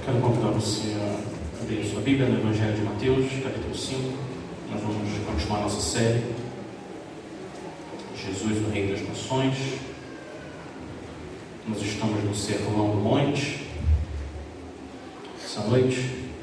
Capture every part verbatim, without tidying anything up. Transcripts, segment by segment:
Quero convidar você a abrir sua Bíblia no Evangelho de Mateus, capítulo cinco. Nós vamos continuar nossa série Jesus no Reino das Nações. Nós estamos no Sermão do Monte. Essa noite,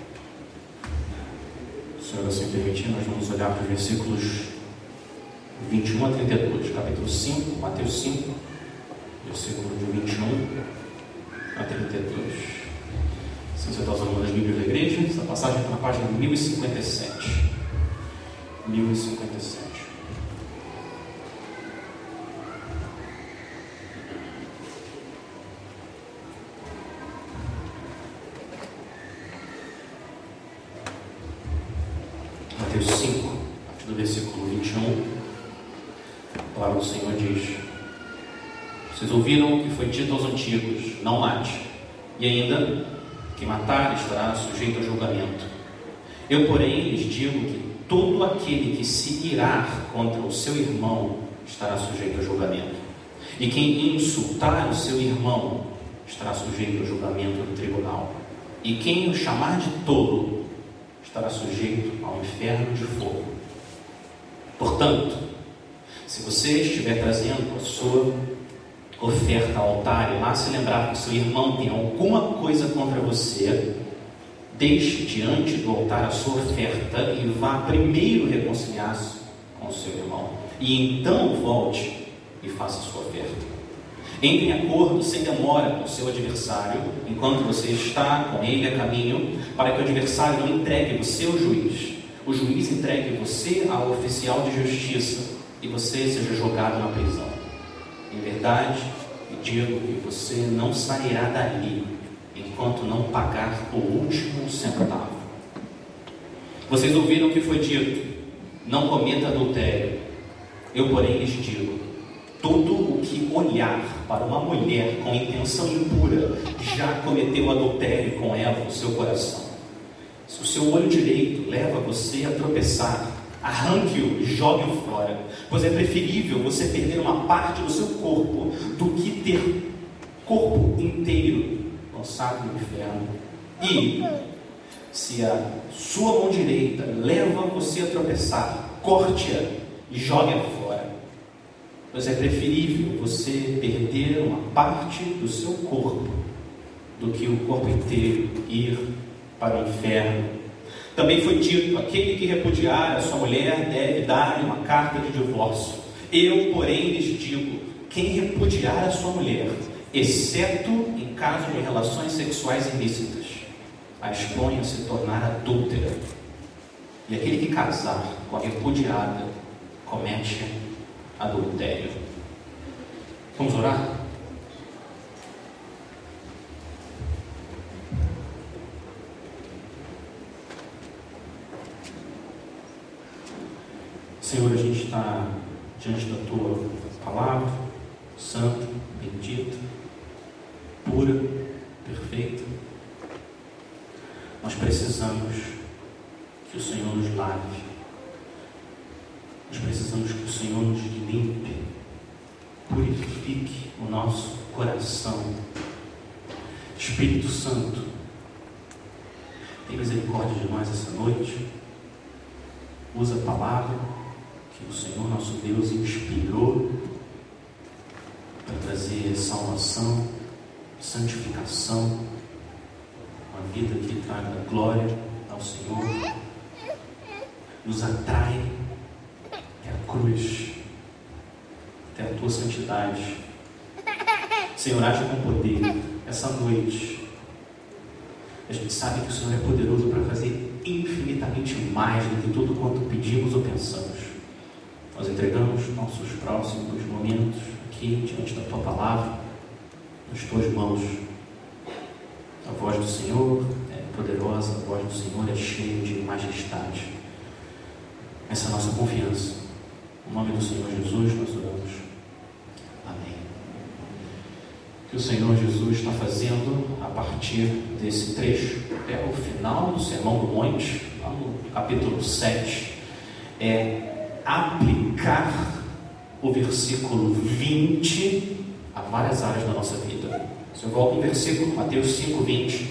se o Senhor assim permitir, nós vamos olhar para os versículos vinte e um a trinta e dois, capítulo cinco, Mateus cinco, versículo de vinte e um a trinta e dois. Se você está usando uma das Bíblias da igreja, essa passagem está na página mil e cinquenta e sete. mil e cinquenta e sete. Mateus cinco, a partir do versículo vinte e um, a palavra do Senhor diz: Vocês ouviram o que foi dito aos antigos: não mate, e ainda, quem matar estará sujeito a julgamento. Eu, porém, lhes digo que todo aquele que se irar contra o seu irmão estará sujeito a julgamento. E quem insultar o seu irmão estará sujeito a julgamento do tribunal. E quem o chamar de tolo estará sujeito ao inferno de fogo. Portanto, se você estiver trazendo a sua oferta ao altar e lá se lembrar que o seu irmão tem alguma coisa contra você, deixe diante do altar a sua oferta e vá primeiro reconciliar-se com o seu irmão, e então volte e faça a sua oferta. Entre em acordo sem demora com o seu adversário, enquanto você está com ele a caminho, para que o adversário não entregue você ao juiz, o juiz entregue você ao oficial de justiça e você seja jogado na prisão. Em verdade, digo que você não sairá dali enquanto não pagar o último centavo. Vocês ouviram o que foi dito: não cometa adultério. Eu, porém, lhes digo: todo o que olhar para uma mulher com intenção impura já cometeu adultério com ela no seu coração. Se o seu olho direito leva você a tropeçar, arranque-o e jogue-o fora, pois é preferível você perder uma parte do seu corpo do que ter corpo inteiro lançado no inferno. E se a sua mão direita leva você a tropeçar, corte-a e jogue-a fora, pois é preferível você perder uma parte do seu corpo do que o corpo inteiro ir para o inferno. Também foi dito: aquele que repudiar a sua mulher deve dar-lhe uma carta de divórcio. Eu, porém, lhes digo: quem repudiar a sua mulher, exceto em caso de relações sexuais ilícitas, a expõe a se tornar adúltera. E aquele que casar com a repudiada comete adultério. Vamos orar? Senhor, a gente está diante da Tua palavra, santa, bendita, pura, perfeita. Nós precisamos que o Senhor nos lave. Nós precisamos que o Senhor nos limpe, purifique o nosso coração. Espírito Santo, tem misericórdia de nós essa noite. Usa a palavra que o Senhor nosso Deus inspirou para trazer salvação, santificação, uma vida que traga glória ao Senhor. Nos atrai até a cruz, até a Tua santidade. Senhor, age com poder essa noite. A gente sabe que o Senhor é poderoso para fazer infinitamente mais do que tudo quanto pedimos ou pensamos. Nós entregamos nossos próximos momentos aqui diante da Tua palavra, nas Tuas mãos. A voz do Senhor é poderosa, a voz do Senhor é cheia de majestade. Essa é a nossa confiança. No nome do Senhor Jesus nós oramos. Amém. O que o Senhor Jesus está fazendo a partir desse trecho, até o final do Sermão do Monte, lá no capítulo sete, é aplicar o versículo vinte a várias áreas da nossa vida. Você volta no versículo, Mateus cinco, vinte.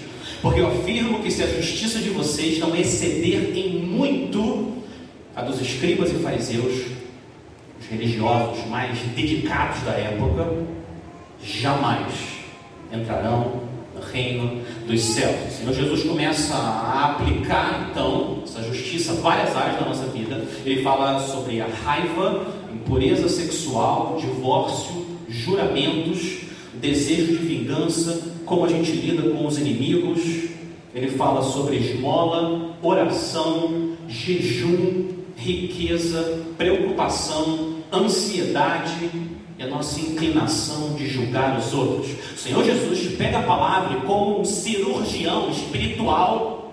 Porque eu afirmo que se a justiça de vocês não exceder em muito a dos escribas e fariseus, os religiosos mais dedicados da época, jamais entrarão no reino dos céus. O Senhor Jesus começa a aplicar então essa justiça a várias áreas da nossa vida. Ele fala sobre a raiva, impureza sexual, divórcio, juramentos, desejo de vingança, como a gente lida com os inimigos. Ele fala sobre esmola, oração, jejum, riqueza, preocupação, ansiedade e a nossa inclinação de julgar os outros. O Senhor Jesus pega a palavra e, como um cirurgião espiritual,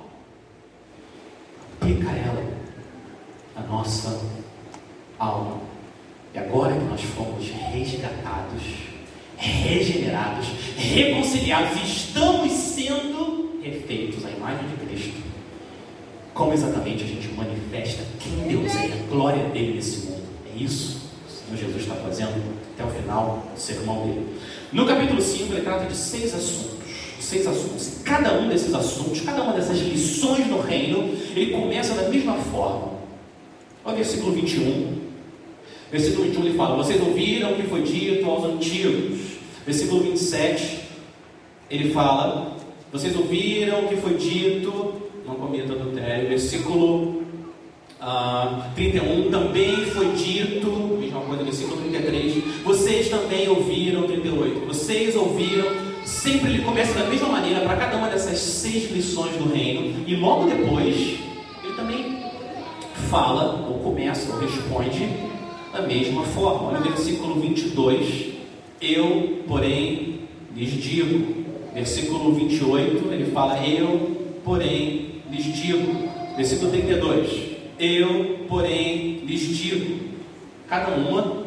aplica ela à nossa alma. E agora que nós fomos resgatados, regenerados, reconciliados e estamos sendo refeitos à imagem de Cristo, como exatamente a gente manifesta quem Deus é, a glória dele nesse mundo? É isso que o Senhor Jesus está fazendo até o final do sermão dele. No capítulo cinco ele trata de seis assuntos, seis assuntos. Cada um desses assuntos, cada uma dessas lições no reino, ele começa da mesma forma. Olha o versículo vinte e um. Versículo vinte e um ele fala: vocês ouviram o que foi dito aos antigos. Versículo vinte e sete ele fala: vocês ouviram o que foi dito, não cometa adultério. Versículo uh, trinta e um também foi dito, mesma coisa. Versículo trinta e três, vocês também ouviram. Trinta e oito, vocês ouviram. Sempre ele começa da mesma maneira para cada uma dessas seis lições do reino, e logo depois ele também fala, ou começa, ou responde da mesma forma. Olha o versículo vinte e dois: eu, porém, lhes digo. Versículo vinte e oito, ele fala: eu, porém, lhes digo. Versículo trinta e dois: eu, porém, lhes digo. Cada uma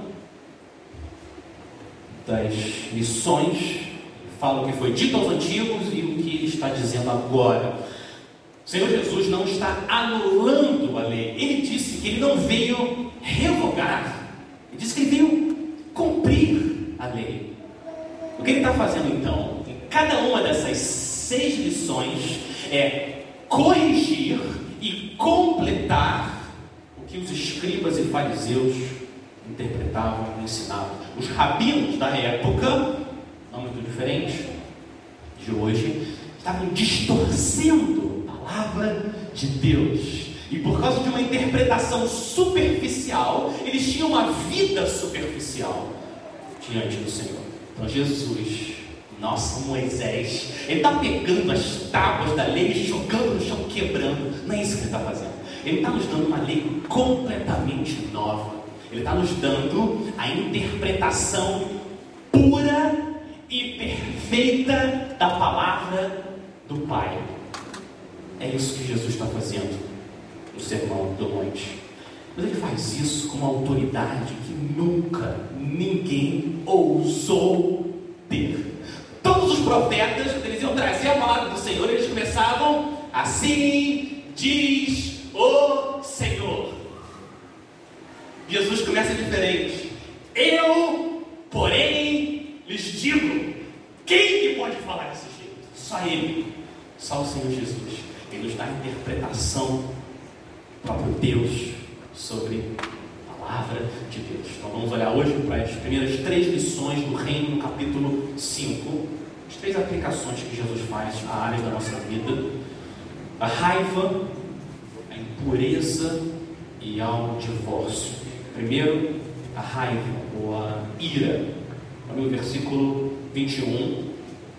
das lições fala o que foi dito aos antigos e o que ele está dizendo agora. O Senhor Jesus não está anulando a lei. Ele disse que ele não veio revogar, ele disse que ele veio cumprir a lei. O que ele está fazendo então, em cada uma dessas seis lições, é corrigir e completar o que os escribas e fariseus interpretavam e ensinavam. Os rabinos da época, não muito diferente de hoje, estavam distorcendo a palavra de Deus. E por causa de uma interpretação superficial, eles tinham uma vida superficial diante do Senhor. Então Jesus, nosso Moisés, ele está pegando as tábuas da lei e jogando no chão, quebrando. Não é isso que ele está fazendo. Ele está nos dando uma lei completamente nova. Ele está nos dando a interpretação pura e perfeita da palavra do Pai. É isso que Jesus está fazendo no Sermão do Monte. Mas ele faz isso com uma autoridade que nunca ninguém ousou ter. Todos os profetas, quando eles iam trazer a palavra do Senhor, eles começavam: assim diz o Senhor. Jesus começa diferente: eu, porém, lhes digo. Quem que pode falar desse jeito? Só Ele, só o Senhor Jesus. Ele nos dá a interpretação do próprio Deus sobre a palavra de Deus. Então vamos olhar hoje para as primeiras três lições do reino no capítulo cinco. As três aplicações que Jesus faz à área da nossa vida: a raiva, a impureza e ao divórcio. Primeiro, a raiva ou a ira. Olha o versículo vinte e um.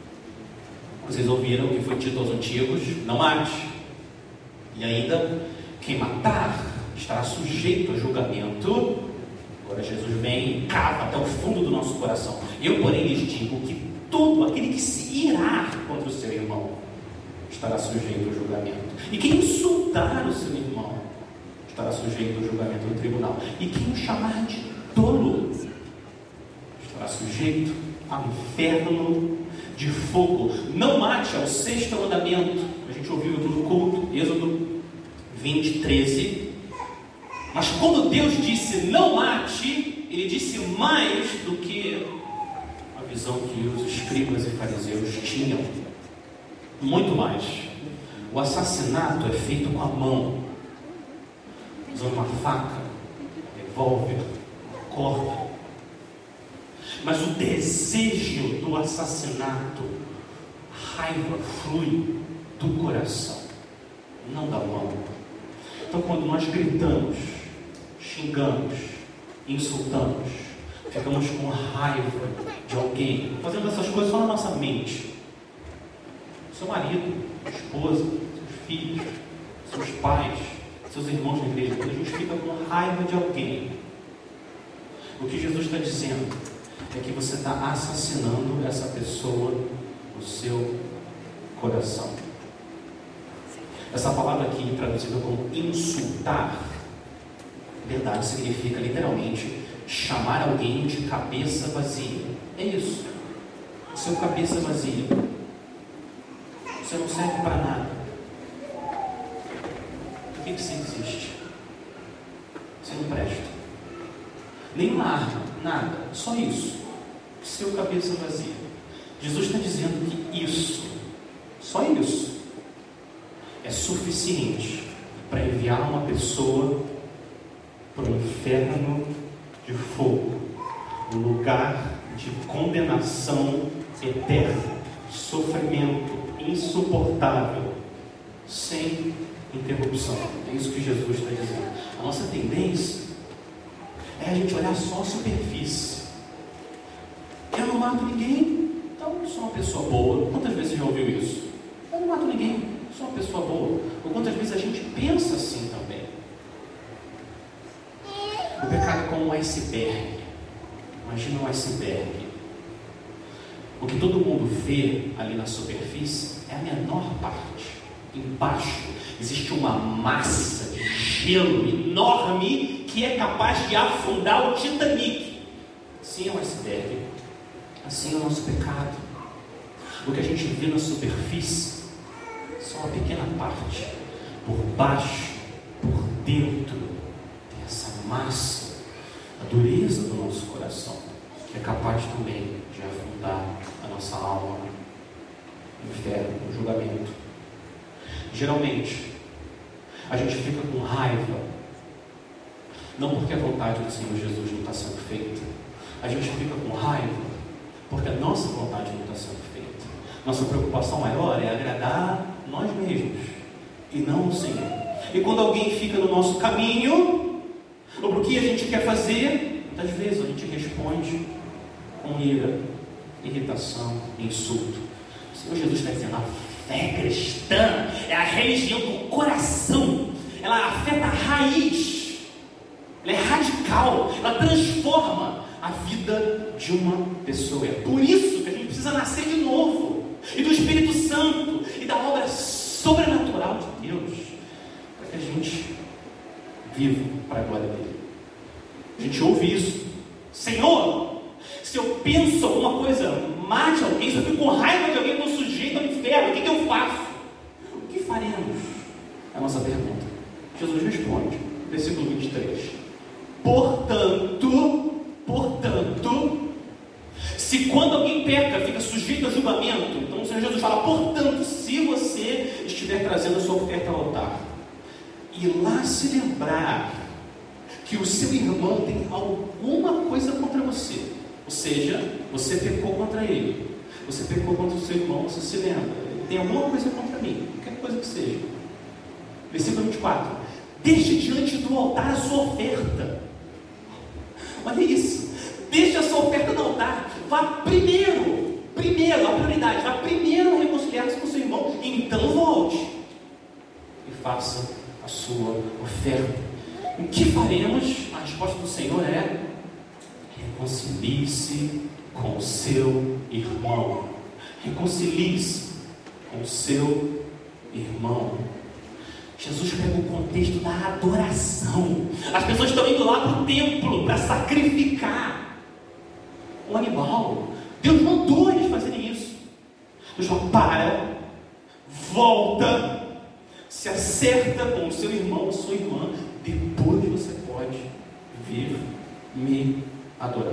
Vocês ouviram o que foi dito aos antigos: não mate. E ainda, quem matar estará sujeito a julgamento. Agora Jesus vem e cava até o fundo do nosso coração: eu, porém, lhes digo que todo aquele que se irar contra o seu irmão estará sujeito ao julgamento. E quem insultar o seu irmão estará sujeito ao julgamento do tribunal. E quem o chamar de tolo estará sujeito ao inferno de fogo. Não mate é o sexto mandamento. A gente ouviu no culto, Êxodo vinte, treze. Mas quando Deus disse não mate, Ele disse mais do que a visão que os escribas e fariseus tinham. Muito mais. O assassinato é feito com a mão, usando uma faca, revólver, corda. Mas o desejo do assassinato, a raiva flui do coração, não da mão. Então, quando nós gritamos, xingamos, insultamos, ficamos com raiva de alguém, fazendo essas coisas só na nossa mente. Seu marido, sua esposa, seus filhos, seus pais, seus irmãos na igreja, quando a gente fica com raiva de alguém, o que Jesus está dizendo é que você está assassinando essa pessoa no seu coração. Essa palavra aqui, traduzida como insultar, verdade, significa literalmente chamar alguém de cabeça vazia. É isso. O seu cabeça vazia. Você não serve para nada. Por que, que você existe? Você não presta. Nenhuma arma, nada. Só isso. Seu cabeça vazia. Jesus está dizendo que isso, só isso, é suficiente para enviar uma pessoa para o inferno de fogo, um lugar de condenação eterna, sofrimento insuportável, sem interrupção. É isso que Jesus está dizendo. A nossa tendência é a gente olhar só a superfície. Eu não mato ninguém, então eu sou uma pessoa boa. Quantas vezes você já ouviu isso? Eu não mato ninguém, sou uma pessoa boa. Ou quantas vezes a gente pensa assim também. O pecado é como um iceberg. Imagina um iceberg. O que todo mundo vê ali na superfície é a menor parte. Embaixo existe uma massa de gelo enorme que é capaz de afundar o Titanic. Assim é o iceberg. Assim é o nosso pecado. O que a gente vê na superfície é só uma pequena parte. Por baixo, por dentro, tem essa massa, a dureza do nosso coração, que é capaz também de afundar a nossa alma no inferno, no julgamento. Geralmente, a gente fica com raiva, não porque a vontade do Senhor Jesus não está sendo feita. A gente fica com raiva porque a nossa vontade não está sendo feita. Nossa preocupação maior é agradar nós mesmos e não o Senhor. E quando alguém fica no nosso caminho, ou para o que a gente quer fazer, muitas vezes a gente responde com ira, irritação, insulto. O Senhor Jesus está dizendo: a fé cristã é a religião do coração. Ela afeta a raiz, ela é radical, ela transforma a vida de uma pessoa. É por isso que a gente precisa nascer de novo, e do Espírito Santo, e da obra sobrenatural de Deus, para que a gente viva para a glória dele. A gente ouve isso: Senhor, se eu penso alguma coisa, mate alguém, se eu fico com raiva de alguém, eu estou sujeito ao inferno, o que, que eu faço? O que faremos? É a nossa pergunta. Jesus responde, versículo vinte e três: Portanto, portanto, se quando alguém peca, fica sujeito a julgamento, então o Senhor Jesus fala: portanto, se você estiver trazendo a sua oferta ao altar, e lá se lembrar que o seu irmão tem alguma coisa contra você, ou seja, você pecou contra ele, você pecou contra o seu irmão, você se lembra, ele tem alguma coisa contra mim, qualquer coisa que seja. Versículo vinte e quatro: deixe diante do altar a sua oferta. Olha isso, deixe a sua oferta no altar, vá primeiro, primeiro, a prioridade, vá primeiro reconciliar-se com o seu irmão, e então volte e faça a sua oferta. O que faremos? A resposta do Senhor é: reconcilie-se com o seu irmão. Reconcilie-se com o seu irmão. Jesus pega o contexto da adoração. As pessoas estão indo lá para o templo para sacrificar um animal. Deus mandou eles fazerem isso. Deus fala: para, volta, se acerta com o seu irmão, sua irmã, depois você pode vir me adorar.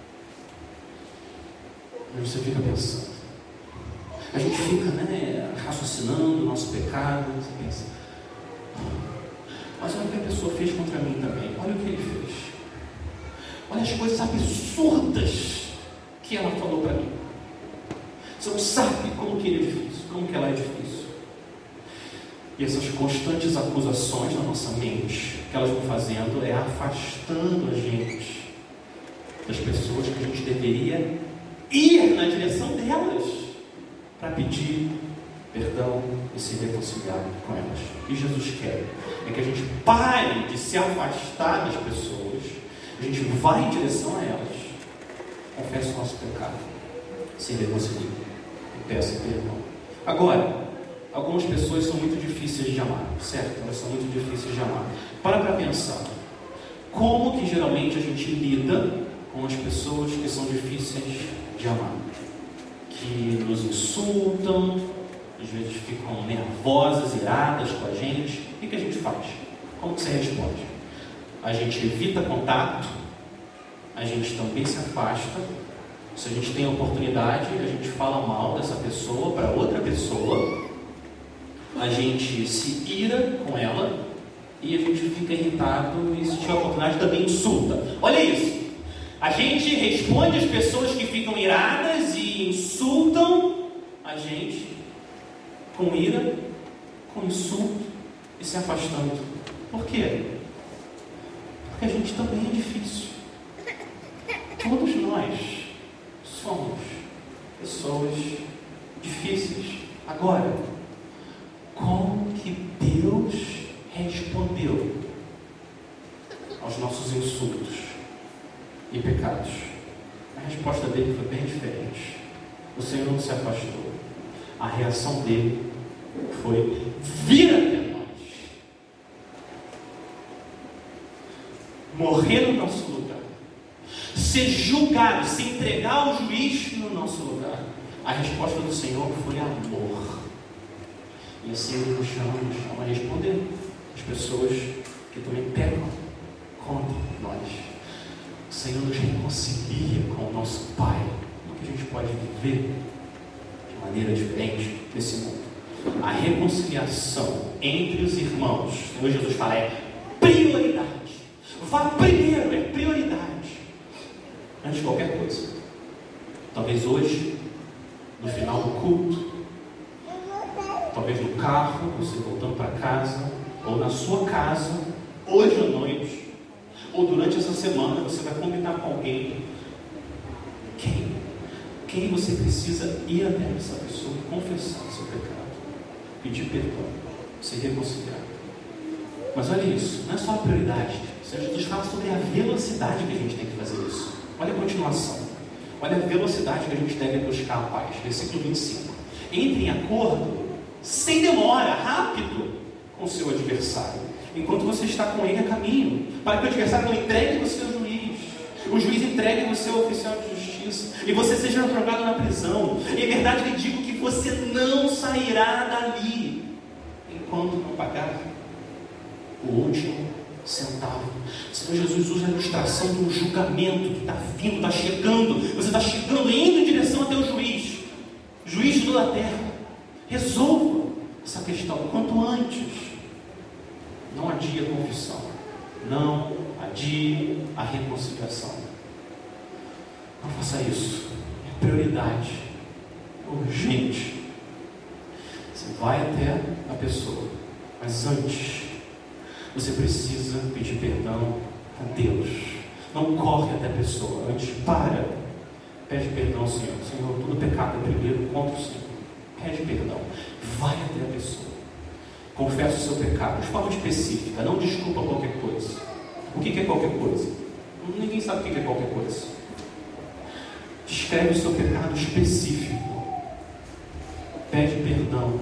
Aí você fica pensando, a gente fica, né, raciocinando o nosso pecado, você pensa, mas olha o que a pessoa fez contra mim também, olha o que ele fez, olha as coisas absurdas que ela falou para mim. Você não sabe como que ele é difícil, como que ela é difícil. E essas constantes acusações na nossa mente, o que elas vão fazendo é afastando a gente das pessoas que a gente deveria ir na direção delas para pedir perdão e se reconciliar com elas. O que Jesus quer é que a gente pare de se afastar das pessoas, a gente vai em direção a elas, confesse o nosso pecado, se reconcilie e peça perdão. Agora, algumas pessoas são muito difíceis de amar, certo? Elas são muito difíceis de amar. Para para pensar, como que geralmente a gente lida com as pessoas que são difíceis de amar? Que nos insultam, às vezes ficam nervosas, iradas com a gente. O que que a gente faz? Como que você responde? A gente evita contato, a gente também se afasta. Se a gente tem a oportunidade, a gente fala mal dessa pessoa para outra pessoa, a gente se ira com ela e a gente fica irritado e, se tiver a oportunidade, também insulta. Olha isso! A gente responde às pessoas que ficam iradas e insultam a gente com ira, com insulto e se afastando. Por quê? Porque a gente também é difícil. Todos nós somos pessoas difíceis. Agora, como que Deus respondeu aos nossos insultos e pecados? A resposta dele foi bem diferente. O Senhor não se afastou. A reação dele foi vir até nós, morrer no nosso lugar, ser julgado, se entregar ao juiz no nosso lugar. A resposta do Senhor foi amor. E assim Ele nos chama, nos chama a responder as pessoas que também pecam contra nós. O Senhor nos reconcilia com o nosso Pai. Como que a gente pode viver de maneira diferente nesse mundo? A reconciliação entre os irmãos, o Senhor Jesus fala, é prioridade. Vá primeiro, é prioridade, antes de qualquer coisa. Talvez hoje, no final do culto, talvez no carro, você voltando para casa, ou na sua casa, hoje à noite, ou durante essa semana, você vai combinar com alguém quem, quem você precisa ir até essa pessoa, confessar o seu pecado, pedir perdão, se reconciliar. Mas olha isso, não é só a prioridade. O Senhor Jesus fala sobre a velocidade que a gente tem que fazer isso. Olha a continuação, olha a velocidade que a gente deve buscar a paz. Versículo vinte e cinco. Entre em acordo sem demora, rápido, com o seu adversário, enquanto você está com ele a caminho, para que o adversário não entregue você ao juiz, o juiz entregue você ao oficial de justiça, e você seja jogado na prisão. Em verdade lhe digo que você não sairá dali, enquanto não pagar o último centavo. O Senhor Jesus usa a ilustração de um julgamento que está vindo, está chegando, você está chegando, indo em direção até o juiz, juiz de toda a terra. Resolva essa questão o quanto antes. Não adie a confissão. Não adie a reconciliação. Não faça isso. É prioridade. É urgente. Você vai até a pessoa, mas antes você precisa pedir perdão a Deus. Não corre até a pessoa. Antes, para. Pede perdão ao Senhor. Senhor, todo pecado é primeiro contra o Senhor. Pede perdão, vai até a pessoa, confessa o seu pecado, de forma específica, não desculpa qualquer coisa. O que é qualquer coisa? Ninguém sabe o que é qualquer coisa. Descreve o seu pecado específico, pede perdão.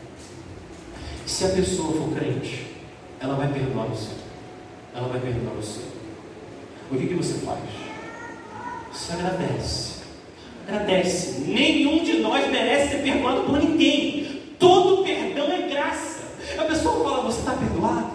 Se a pessoa for crente, ela vai perdoar você, ela vai perdoar você. O que, que você faz? Você agradece. Agradece. Nenhum de nós merece ser perdoado por ninguém. Todo perdão é graça. A pessoa fala, você está perdoado?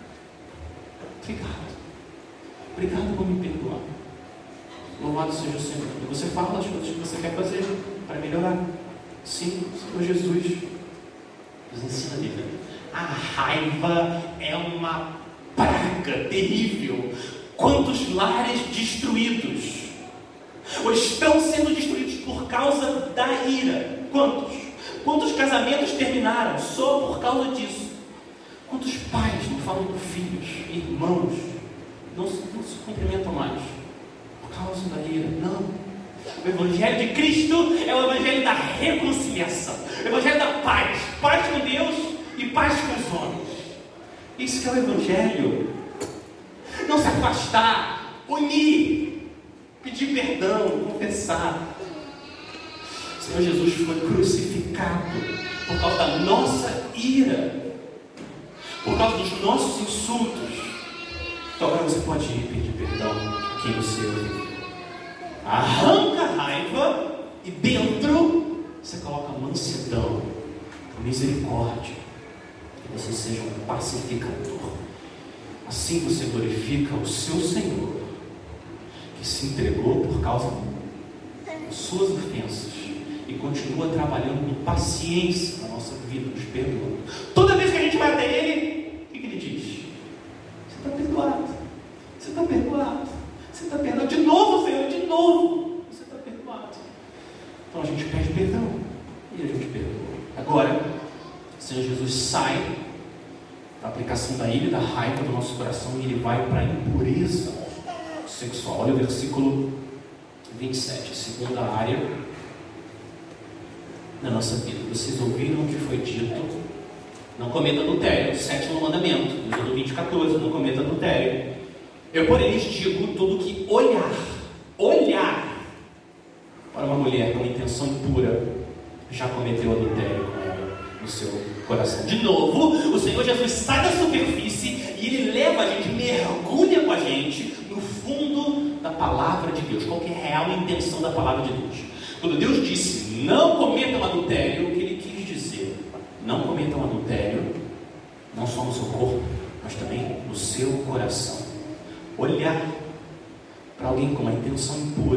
Obrigado. Obrigado por me perdoar. Louvado seja o Senhor. E você fala as coisas que você quer fazer para melhorar. Sim, Senhor Jesus, nos ensina a viver. A raiva é uma praga terrível. Quantos lares destruídos, ou estão sendo destruídos por causa da ira? Quantos? Quantos casamentos terminaram só por causa disso? Quantos pais não falam com filhos, irmãos, não se, não se cumprimentam mais por causa da ira? Não. O Evangelho de Cristo é o Evangelho da reconciliação, o Evangelho da paz, paz com Deus e paz com os homens. Isso que é o Evangelho. Não se afastar, unir, pedir perdão, confessar. O Senhor Jesus foi crucificado por causa da nossa ira, por causa dos nossos insultos. Então agora você pode ir pedir perdão a quem você ouviu. Arranca a raiva e dentro você coloca mansidão, misericórdia, que você seja um pacificador. Assim você glorifica o seu Senhor, que se entregou por causa das suas ofensas e continua trabalhando com paciência na nossa vida, nos perdoando. Toda vez que a gente vai até Ele, o que, que Ele diz? Você está perdoado, você está perdoado, você está perdoado. De novo, Senhor, de novo, você está perdoado. Então a gente pede perdão e a gente perdoa. Agora, o Senhor Jesus sai da aplicação da ira e da raiva do nosso coração e Ele vai para a impureza sexual. Olha o versículo vinte e sete, a segunda área da nossa vida. Vocês ouviram o que foi dito: não cometa adultério, o sétimo mandamento, Êxodo vinte, quatorze, não cometa adultério. Eu, porém, lhes digo: todo que olhar, olhar para uma mulher com intenção impura, já cometeu adultério com ela no seu coração. De novo, o Senhor Jesus sai da superfície e Ele leva a gente, mergulha com a gente no fundo da palavra de Deus. Qual que é a real intenção da palavra de Deus? Quando Deus disse: não cometam adultério, o que Ele quis dizer? Não cometam adultério, não só no seu corpo, mas também no seu coração. Olhar para alguém com uma intenção impura,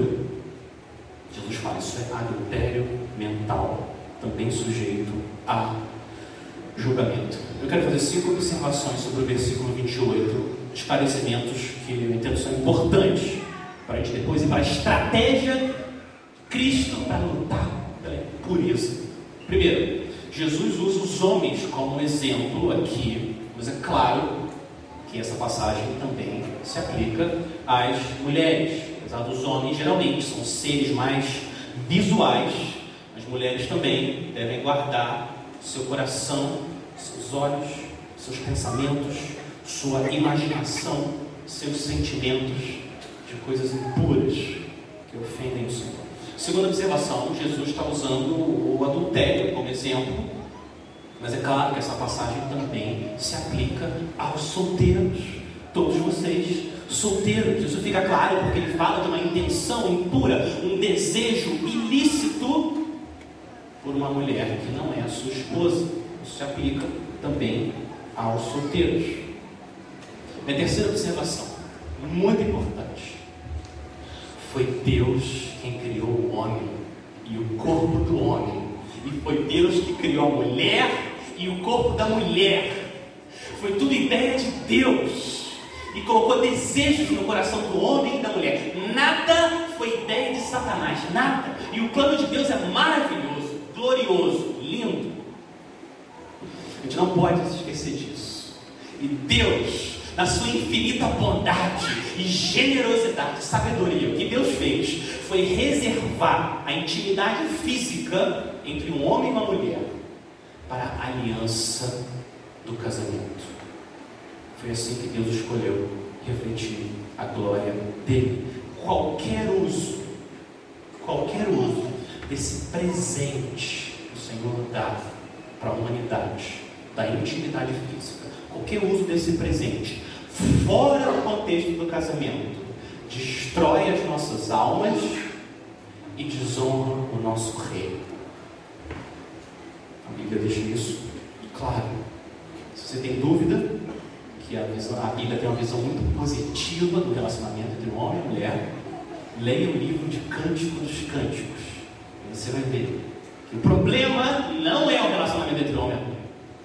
Jesus fala, isso é adultério mental, também sujeito a julgamento. Eu quero fazer cinco observações sobre o versículo vinte e oito, esclarecimentos que eu entendo são importantes para a gente depois ir para a estratégia de Cristo para lutar pela pureza. Primeiro, Jesus usa os homens como exemplo aqui, mas é claro que essa passagem também se aplica às mulheres. Apesar dos homens geralmente são seres mais visuais, as mulheres também devem guardar seu coração, seus olhos, seus pensamentos, sua imaginação, seus sentimentos de coisas impuras que ofendem o Senhor. Segunda observação, Jesus está usando o adultério como exemplo, mas é claro que essa passagem também se aplica aos solteiros. Todos vocês solteiros, isso fica claro porque ele fala de uma intenção impura, um desejo ilícito por uma mulher que não é a sua esposa. Isso se aplica também aos solteiros. Minha terceira observação, muito importante: foi Deus quem criou o homem e o corpo do homem, e foi Deus que criou a mulher e o corpo da mulher. Foi tudo ideia de Deus, e colocou desejos no coração do homem e da mulher. Nada foi ideia de Satanás, nada. E o plano de Deus é maravilhoso, glorioso, lindo. A gente não pode se esquecer disso. E Deus, na sua infinita bondade e generosidade, sabedoria, o que Deus fez foi reservar a intimidade física entre um homem e uma mulher para a aliança do casamento. Foi assim que Deus escolheu refletir a glória dele. Qualquer uso, qualquer uso desse presente que o Senhor dá para a humanidade, da intimidade física, qualquer uso desse presente fora do contexto do casamento, destrói as nossas almas e desonra o nosso rei. A Bíblia deixa isso claro. Se você tem dúvida que a, visão, a Bíblia tem uma visão muito positiva do relacionamento entre um homem e mulher, leia o livro de Cântico dos Cânticos e você vai ver que o problema não é o relacionamento entre o homem e a mulher.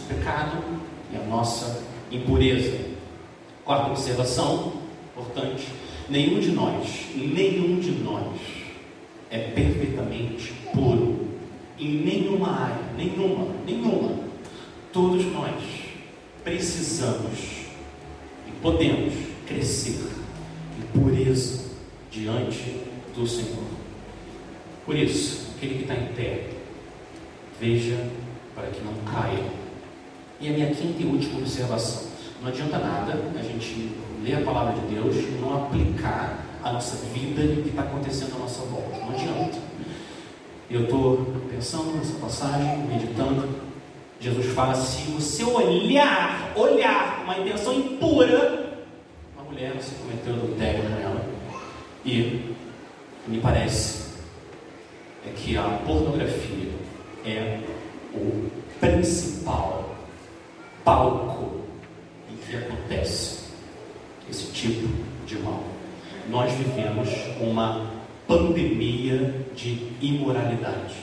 pecado e a nossa impureza. Quarta observação, importante: nenhum de nós, nenhum de nós é perfeitamente puro em nenhuma área, nenhuma, nenhuma. Todos nós precisamos e podemos crescer em pureza diante do Senhor. Por isso, aquele que está em pé, veja para que não caia. E a minha quinta e última observação: não adianta nada a gente ler a palavra de Deus e não aplicar a nossa vida e o que está acontecendo à nossa volta. Não adianta. Eu estou pensando nessa passagem, meditando. Jesus fala: se você olhar, olhar com uma intenção impura, uma mulher, você cometeu adultério com ela. E me parece é que a pornografia é o principal palco em que acontece esse tipo de mal. Nós vivemos uma pandemia de imoralidade.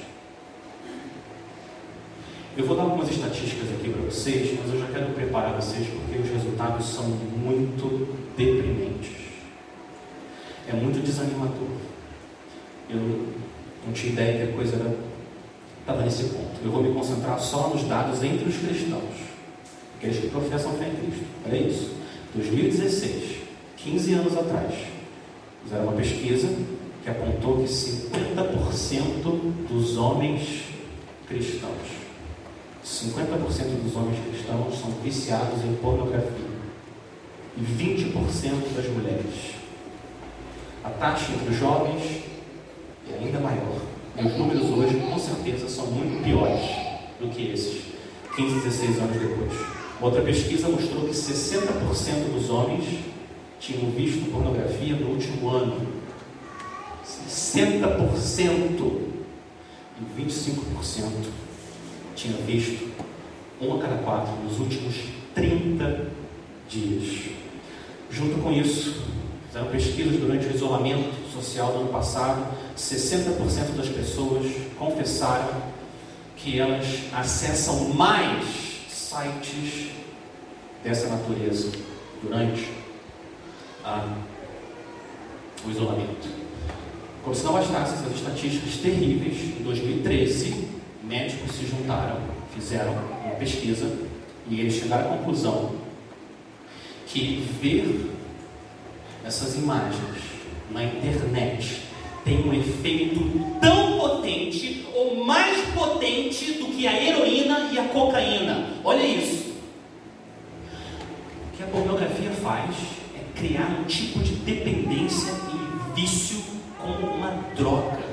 Eu vou dar algumas estatísticas aqui para vocês, mas eu já quero preparar vocês porque os resultados são muito deprimentes. É muito desanimador. Eu não tinha ideia que a coisa era, estava nesse ponto. Eu vou me concentrar só nos dados entre os cristãos, aqueles que professam fé em Cristo. Olha isso. dois mil e dezesseis, quinze anos atrás, fizeram uma pesquisa que apontou que cinquenta por cento dos homens cristãos, cinquenta por cento dos homens cristãos são viciados em pornografia e vinte por cento das mulheres. A taxa entre os jovens é ainda maior. E os números hoje, com certeza, são muito piores do que esses, quinze, dezesseis anos depois. Outra pesquisa mostrou que sessenta por cento dos homens tinham visto pornografia no último ano. sessenta por cento. E vinte e cinco por cento tinha visto um a cada quatro nos últimos trinta dias. Junto com isso, fizeram pesquisas durante o isolamento social do ano passado. sessenta por cento das pessoas confessaram que elas acessam mais sites dessa natureza durante a, o isolamento. Como se não bastassem essas estatísticas terríveis, em dois mil e treze, médicos se juntaram, fizeram uma pesquisa e eles chegaram à conclusão que ver essas imagens na internet tem um efeito tão potente ou mais potente do que a heroína e a cocaína. Olha isso. O que a pornografia faz é criar um tipo de dependência e vício como uma droga.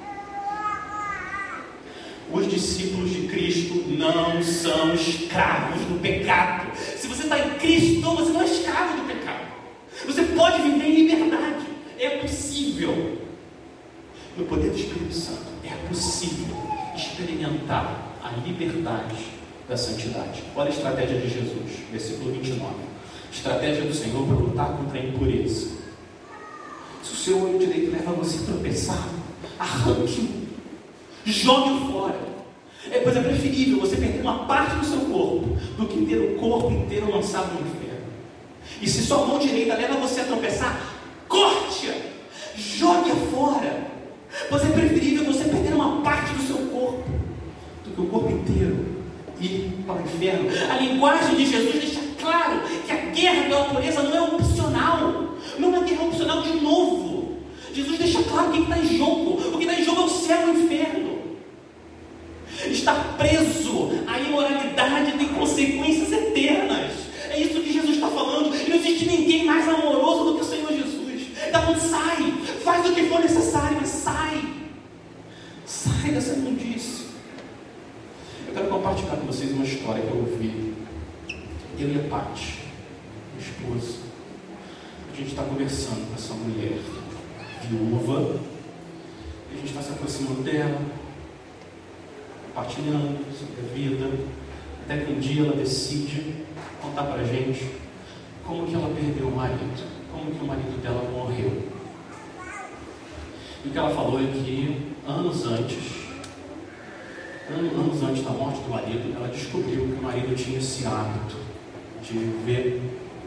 Os discípulos de Cristo não são escravos do pecado. Se você está em Cristo, você não é escravo do pecado. Você pode viver em liberdade. É possível. No poder do Espírito Santo, é possível experimentar a liberdade da santidade. Olha a estratégia de Jesus, versículo vinte e nove. Estratégia do Senhor para lutar contra a impureza. Se o seu olho direito leva você a tropeçar, arranque-o, jogue-o fora. É, pois é preferível você perder uma parte do seu corpo do que ter o corpo inteiro lançado no inferno. E se sua mão direita leva você a tropeçar, corte-a, jogue-a fora. Pois é preferível você perder uma parte do seu corpo do que o corpo inteiro ir para o inferno. A linguagem de Jesus deixa claro que a guerra pela pureza não é opcional. Não é uma guerra opcional de novo. Jesus deixa claro o que está em jogo. O que está em jogo é o céu e o inferno. Estar preso à imoralidade tem consequências eternas. É isso que Jesus está falando. E não existe ninguém mais amoroso do que o Senhor Jesus. Então sai, faz o que for necessário, mas sai. Sai dessa imundície. Eu quero compartilhar com vocês uma história que eu ouvi. Eu e a Paty, minha esposa, a gente está conversando com essa mulher viúva. A gente está se aproximando dela, compartilhando sobre a vida, até que um dia ela decide contar para a gente como que ela perdeu o marido, como que o marido dela morreu. E o que ela falou é que anos antes, anos antes da morte do marido, ela descobriu que o marido marido tinha esse hábito de ver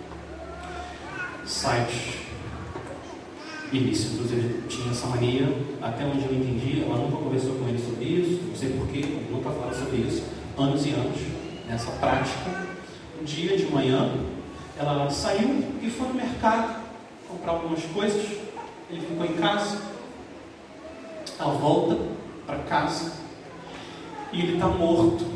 sites ilícitos. Ele tinha essa mania, até onde eu entendi, ela nunca conversou com ele sobre isso, não sei porquê, nunca falou sobre isso, anos e anos, nessa prática. Um dia de manhã, ela saiu e foi no mercado comprar algumas coisas, ele ficou em casa, ela volta para casa e ele está morto,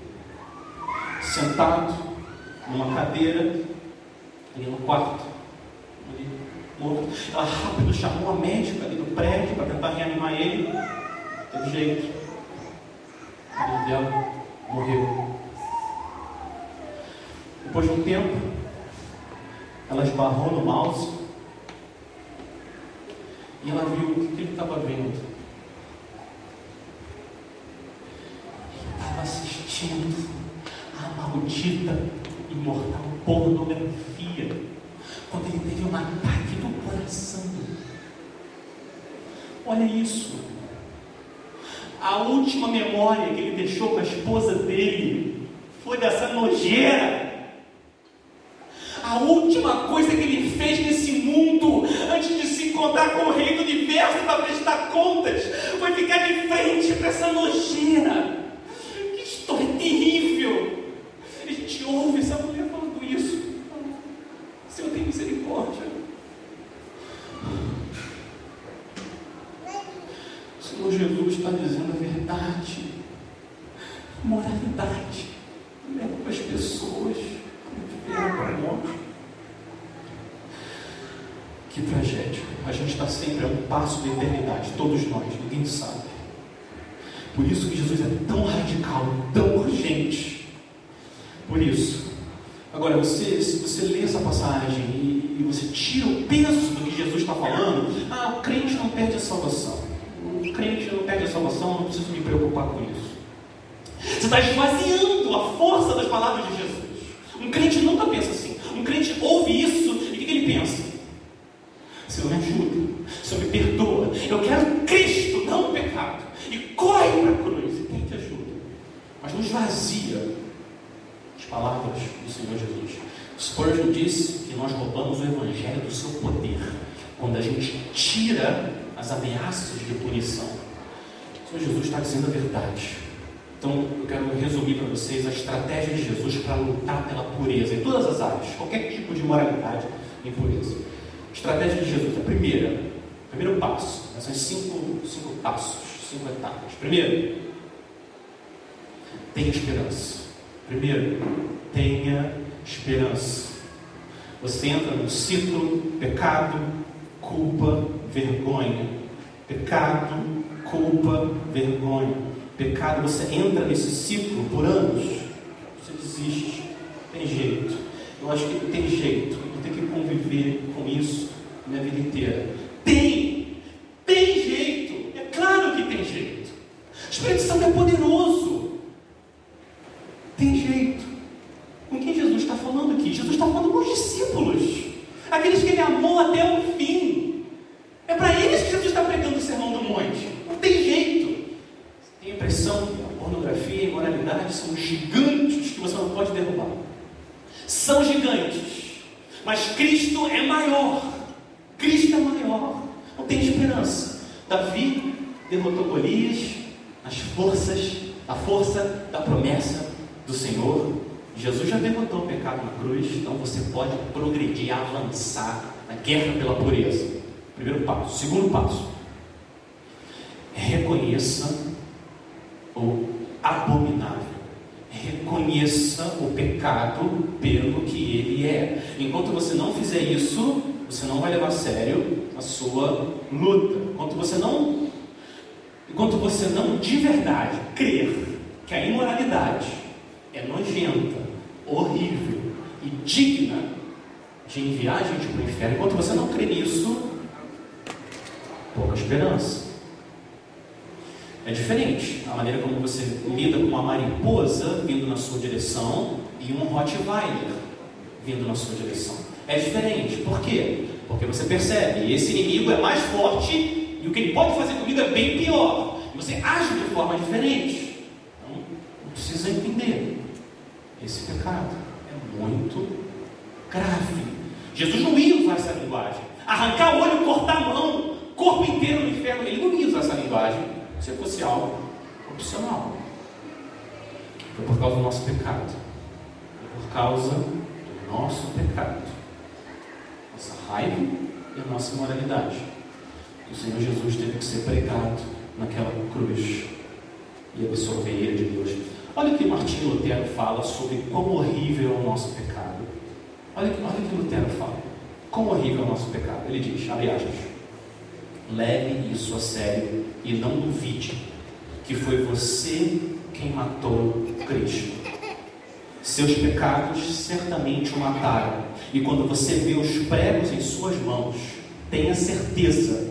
sentado numa cadeira ali no quarto, ali, morto. Ela rápido chamou a médica ali do prédio para tentar reanimar ele, não teve jeito, o marido dela morreu. Depois de um tempo, ela esbarrou no mouse e ela viu o que ele estava vendo. Ele estava assistindo a maldita e mortal pornografia, quando ele teve um ataque do coração. Olha isso. A última memória que ele deixou com a esposa dele foi dessa nojeira. A última coisa que ele fez nesse mundo, antes de se encontrar com o rei do universo para prestar contas, foi ficar de frente para essa nojeira. Que história terrível. A gente ouve essa mulher falando isso. Senhor, tem misericórdia. O Senhor Jesus está dizendo a verdade, a moralidade. Leva para as pessoas. Que tragédia. A gente está sempre a um passo da eternidade, todos nós, ninguém sabe. Por isso que Jesus é tão radical, tão urgente. Por isso. Agora, você, se você lê essa passagem e, e você tira o peso do que Jesus está falando, ah, o crente não perde a salvação. O crente não perde a salvação, não preciso me preocupar com isso. Você está esvaziando a força das palavras de Jesus. Um crente nunca pensa assim. Um crente ouve isso e o que ele pensa? Senhor, me ajuda. Senhor, me perdoa. Eu quero Cristo, não o pecado. E corre para a cruz. E quem te ajuda? Mas não esvazia as palavras do Senhor Jesus. Spurgeon disse que nós roubamos o evangelho do seu poder quando a gente tira as ameaças de punição. O Senhor Jesus está dizendo a verdade. Então, eu quero resumir para vocês a estratégia de Jesus para lutar pela pureza em todas as áreas, qualquer tipo de moralidade e impureza. Estratégia de Jesus, a primeira, primeiro passo, são cinco, cinco passos, cinco etapas. Primeiro, tenha esperança. Primeiro, tenha esperança. Você entra no ciclo pecado, culpa, vergonha. Pecado, culpa, vergonha. Pecado, você entra nesse ciclo por anos, você desiste, tem jeito. Eu acho que tem jeito, eu tenho que conviver com isso minha vida inteira. Tem, tem jeito, é claro que tem jeito. O Espírito Santo é poderoso. Tem jeito. Com quem Jesus está falando aqui? Jesus está falando com os discípulos, aqueles que ele amou até o fim. É para eles que Jesus está pregando o sermão do monte. Não tem jeito. Tem a impressão que a pornografia e a imoralidade são gigantes que você não pode derrubar. São gigantes, mas Cristo é maior. Cristo é maior. Não tem esperança. Davi derrotou Golias nas forças, a força da promessa do Senhor. Jesus já derrotou o pecado na cruz, então você pode progredir, avançar na guerra pela pureza. Primeiro passo. Segundo passo, reconheça o abominável. Reconheça o pecado pelo que ele é. Enquanto você não fizer isso, você não vai levar a sério a sua luta. Enquanto você não, enquanto você não de verdade crer que a imoralidade é nojenta, horrível e digna de enviar a gente para o inferno, enquanto você não crer nisso, pouca esperança. É diferente a maneira como você lida com uma mariposa vindo na sua direção e um Rottweiler vindo na sua direção. É diferente. Por quê? Porque você percebe, esse inimigo é mais forte e o que ele pode fazer comigo é bem pior. E você age de forma diferente. Então, não precisa entender. esse pecado é muito grave. Jesus não ia usar essa linguagem. Arrancar o olho, cortar a mão, corpo inteiro no inferno. Ele não ia usar essa linguagem se fosse algo opcional. Foi por causa do nosso pecado. Foi por causa do nosso pecado, nossa raiva e a nossa imoralidade, que o Senhor Jesus teve que ser pregado naquela cruz e absorver a ira de Deus. Olha o que Martinho Lutero fala sobre quão horrível é o nosso pecado. Olha, olha o que Lutero fala. Quão horrível é o nosso pecado. Ele diz, abre aspas, leve isso a sério e não duvide que foi você quem matou Cristo. Seus pecados certamente o mataram. E quando você vê os pregos em suas mãos, tenha certeza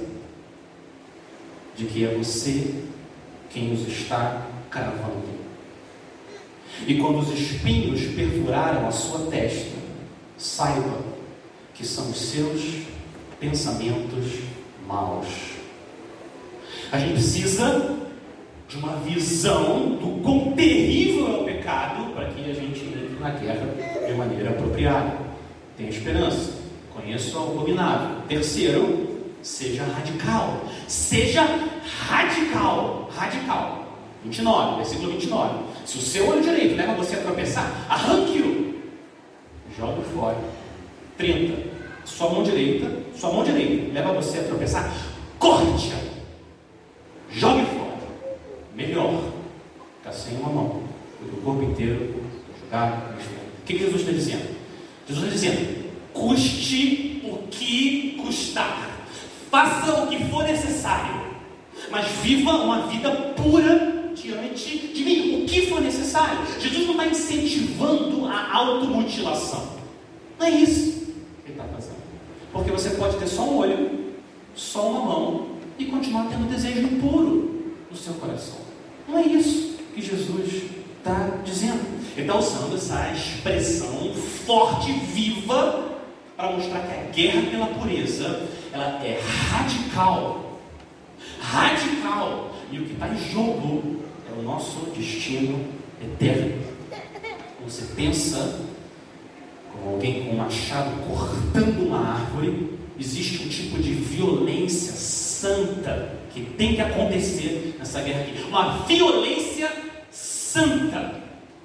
de que é você quem os está cravando. E quando os espinhos perfuraram a sua testa, saiba que são os seus pensamentos maus. A gente precisa de uma visão do quão terrível é o pecado para que a gente entre na guerra de maneira apropriada. Tenha esperança, conheça o abominável. Terceiro, seja radical. Seja radical. Radical. vinte e nove, versículo vinte e nove. Se o seu olho direito leva você a tropeçar, arranque-o, jogue fora. trinta. Sua mão direita, sua mão direita leva você a tropeçar, corte-a, jogue fora. Melhor ficar sem uma mão do corpo inteiro jogar no inferno. O que Jesus está dizendo? Jesus está dizendo, custe o que custar, faça o que for necessário, mas viva uma vida pura diante de mim, o que for necessário. Jesus não está incentivando a automutilação, não é isso que ele está fazendo, porque você pode ter só um olho, só uma mão e continuar tendo desejo impuro no seu coração. Não é isso que Jesus está dizendo. Ele está usando essa expressão forte, viva, para mostrar que a guerra pela pureza, ela é radical. Radical. E o que está em jogo é o nosso destino eterno. Quando você pensa como alguém com um machado cortando uma árvore, existe um tipo de violência santa que tem que acontecer nessa guerra aqui. Uma violência santa.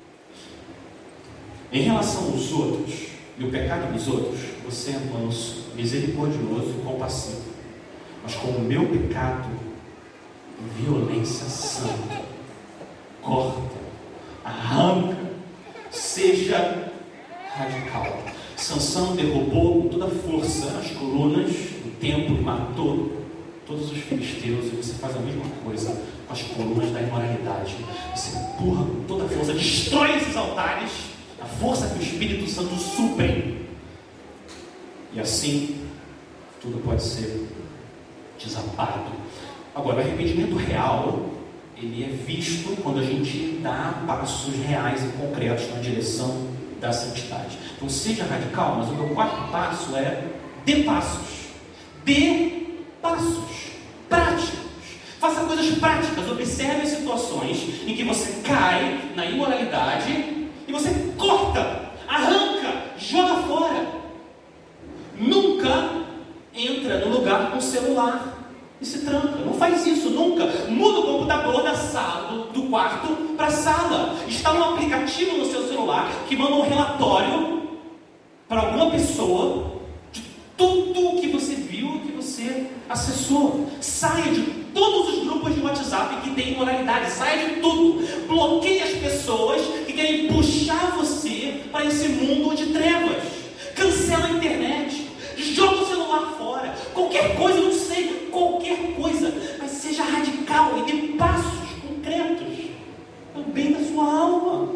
Em relação aos outros e o pecado dos outros, você é manso, misericordioso e compassivo. Mas com o meu pecado, violência santa. Corta, arranca, seja radical. Sansão derrubou com toda a força as colunas do templo e matou todos os filisteus, e você faz a mesma coisa com as colunas da imoralidade. Você empurra com toda a força, destrói esses altares, a força que o Espírito Santo supre. E assim, tudo pode ser desabado. Agora, o arrependimento real, ele é visto quando a gente dá passos reais e concretos na direção da santidade. Então, seja radical, mas o meu quarto passo é dê passos. Dê passos práticos. Faça coisas práticas. Observe as situações em que você cai na imoralidade e você corta, arranca, joga fora. Nunca entra no lugar com o celular e se tranca. Não faz isso nunca. Muda o computador da sala, do quarto para a sala. Está um aplicativo no seu celular que manda um relatório para alguma pessoa de tudo o que você viu, que você acessou. Saia de todos os grupos de WhatsApp que tem imoralidade. Saia de tudo. Bloqueie as pessoas que querem puxar você para esse mundo de trevas. Cancela a internet. Joga o celular fora. Qualquer coisa, não sei, qualquer coisa. Mas seja radical e dê passos concretos para o bem da sua alma.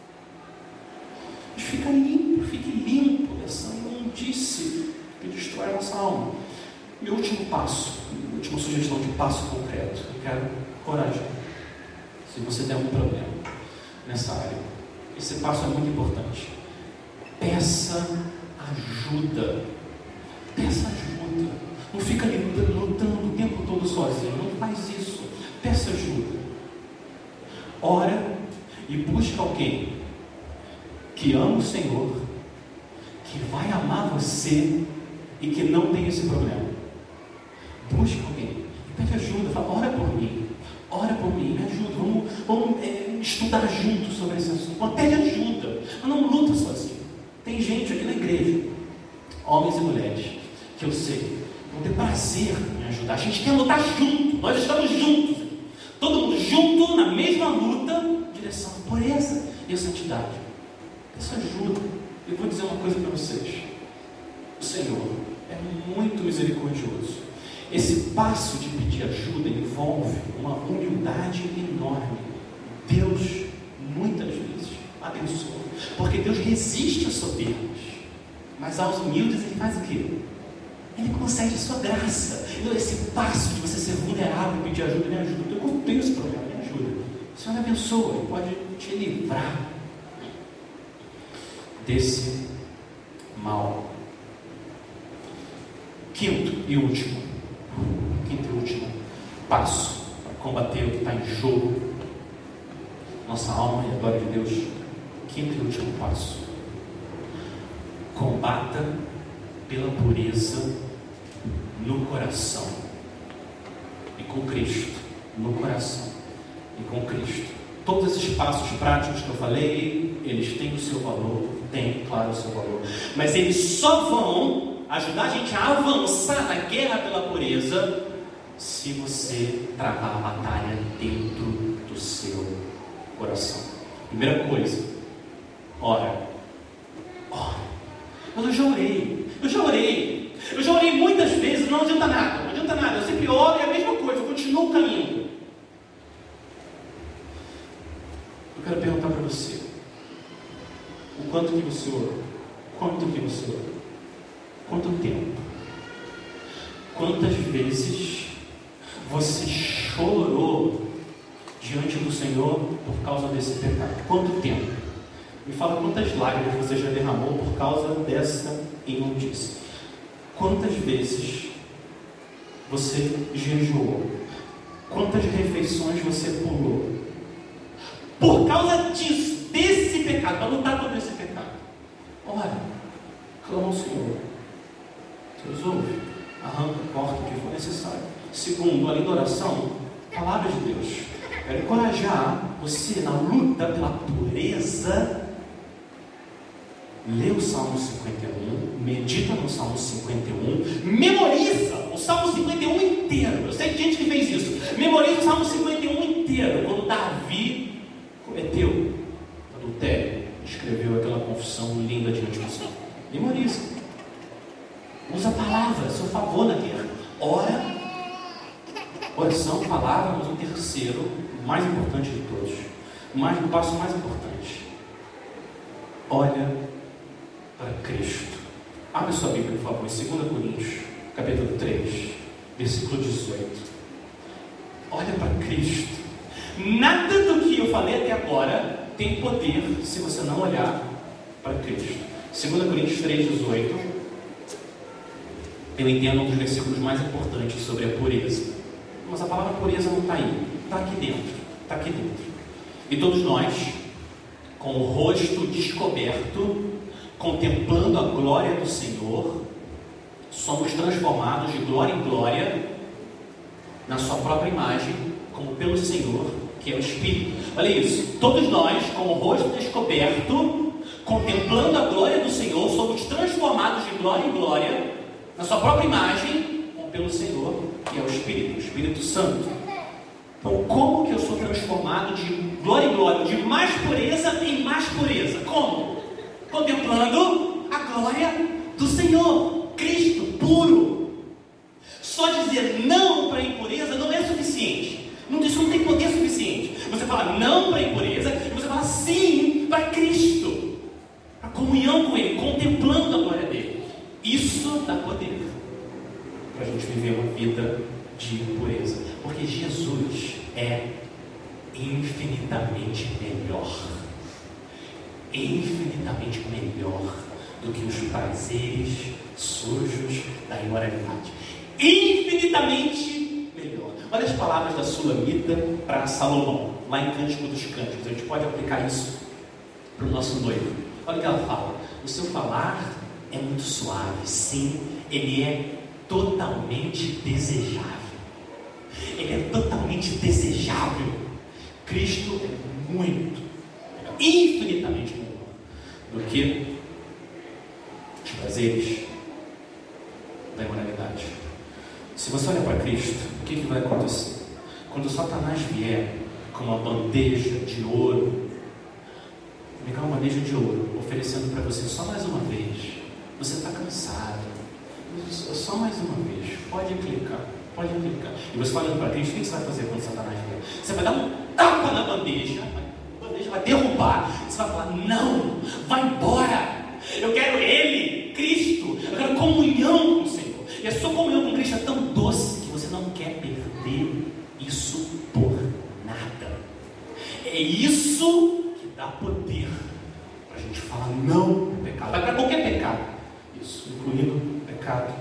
Mas fica limpo, fique limpo dessa imundície que destrói a nossa alma. Meu último passo, minha última sugestão de passo concreto. Eu quero coragem. Se você tem algum problema nessa área, esse passo é muito importante. Peça ajuda. Peça ajuda. Não fica lutando o tempo todo sozinho. Não faz isso. Peça ajuda. Ora e busca alguém que ama o Senhor, que vai amar você e que não tem esse problema. Busca alguém e pede ajuda, fala, ora por mim, ora por mim, me ajuda, vamos, vamos é, estudar juntos sobre esse assunto, pede ajuda, mas não luta sozinho. Tem gente aqui na igreja, homens e mulheres, que eu sei, vão ter prazer em ajudar. A gente quer lutar junto, nós estamos juntos, todo mundo junto na mesma luta, em direção à pureza e à santidade. Peça ajuda. Eu vou dizer uma coisa para vocês, o Senhor é muito misericordioso. Esse passo de pedir ajuda envolve uma humildade enorme. Deus, muitas vezes, abençoa, porque Deus resiste aos soberbos, mas aos humildes Ele faz o quê? Ele concede a sua graça. Então, esse passo de você ser vulnerável e pedir ajuda, me ajuda. Eu não tenho esse problema, me ajuda. O Senhor abençoa, Ele pode te livrar desse mal. Quinto e último, quinto e último passo para combater o que está em jogo, nossa alma e a glória de Deus. Quinto e último passo: combata pela pureza no coração e com Cristo, no coração e com Cristo. Todos esses passos práticos que eu falei, eles têm o seu valor, têm, claro, o seu valor, mas eles só vão ajudar a gente a avançar na guerra pela pureza se você travar a batalha dentro do seu coração. Primeira coisa, ora, ora. Mas eu já orei, eu já orei, eu já orei muitas vezes, não adianta nada, não adianta nada, eu sempre oro e é a mesma coisa, eu continuo caminhando. Eu quero perguntar para você, o quanto que você orou? Quanto que você orou? Quanto tempo? Quantas vezes você chorou diante do Senhor por causa desse pecado? Quanto tempo? Me fala quantas lágrimas você já derramou por causa dessa imundícia. Quantas vezes você jejuou? Quantas refeições você pulou? Por causa disso, desse pecado, para lutar contra esse pecado. Ora, clama ao Senhor. Deus ouve, arranca, corta o que for necessário. Segundo, além da oração, palavra de Deus. Quero encorajar você na luta pela pureza. Lê o Salmo cinquenta e um, medita no Salmo cinquenta e um, memoriza o Salmo cinquenta e um inteiro. Eu sei que tem gente que fez isso. Memoriza o Salmo cinquenta e um inteiro. Quando Davi cometeu adultério, escreveu aquela confissão linda diante do Senhor. Memoriza. Usa a palavra a seu favor na guerra. Ora, oração, palavra, mas o terceiro, o mais importante de todos, o, mais, o passo mais importante: olha para Cristo. Abre sua Bíblia, por favor, em segunda Coríntios, capítulo três, versículo dezoito. Olha para Cristo. Nada do que eu falei até agora tem poder se você não olhar para Cristo. segunda Coríntios três, dezoito. Eu entendo um dos versículos mais importantes sobre a pureza. Mas a palavra pureza não está aí, está aqui dentro, está aqui dentro. E todos nós, com o rosto descoberto, contemplando a glória do Senhor, somos transformados de glória em glória na sua própria imagem, como pelo Senhor, que é o Espírito. Olha isso, todos nós, com o rosto descoberto, contemplando a glória do Senhor, somos transformados de glória em glória na sua própria imagem, como pelo Senhor, que é o Espírito, o Espírito Santo. Então, como que eu sou transformado de glória em glória, de mais pureza em mais pureza? Como? Contemplando a glória do Senhor, Cristo puro. Só dizer não para a impureza não é suficiente. Isso não tem poder suficiente. Você fala não para a impureza e você fala sim para Cristo, a comunhão com Ele, contemplando a glória dele. Isso dá poder para a gente viver uma vida de pureza, porque Jesus é infinitamente melhor, infinitamente melhor do que os prazeres sujos da imoralidade, infinitamente melhor. Olha as palavras da Sulamita para Salomão, lá em Cântico dos Cânticos. A gente pode aplicar isso para o nosso noivo. Olha o que ela fala: o seu falar é muito suave. Sim, ele é totalmente desejável. Ele é totalmente desejável. Cristo é muito, infinitamente melhor do que os prazeres da imoralidade. Se você olhar para Cristo, o que, que vai acontecer? Quando Satanás vier com uma bandeja de ouro, pegar uma bandeja de ouro, oferecendo para você só mais uma vez, você está cansado, só mais uma vez, pode clicar, pode clicar. E você falando para Cristo, o que você vai fazer quando Satanás vier? Você vai dar um tapa na bandeja, a bandeja vai derrubar, você vai falar: não, vai embora, eu quero Ele, Cristo, eu quero comunhão com o Senhor. E a sua comunhão com Cristo é tão doce que você não quer perder isso por nada. É isso que dá poder para a gente falar não ao pecado. Vai para qualquer pecado, isso, incluindo o pecado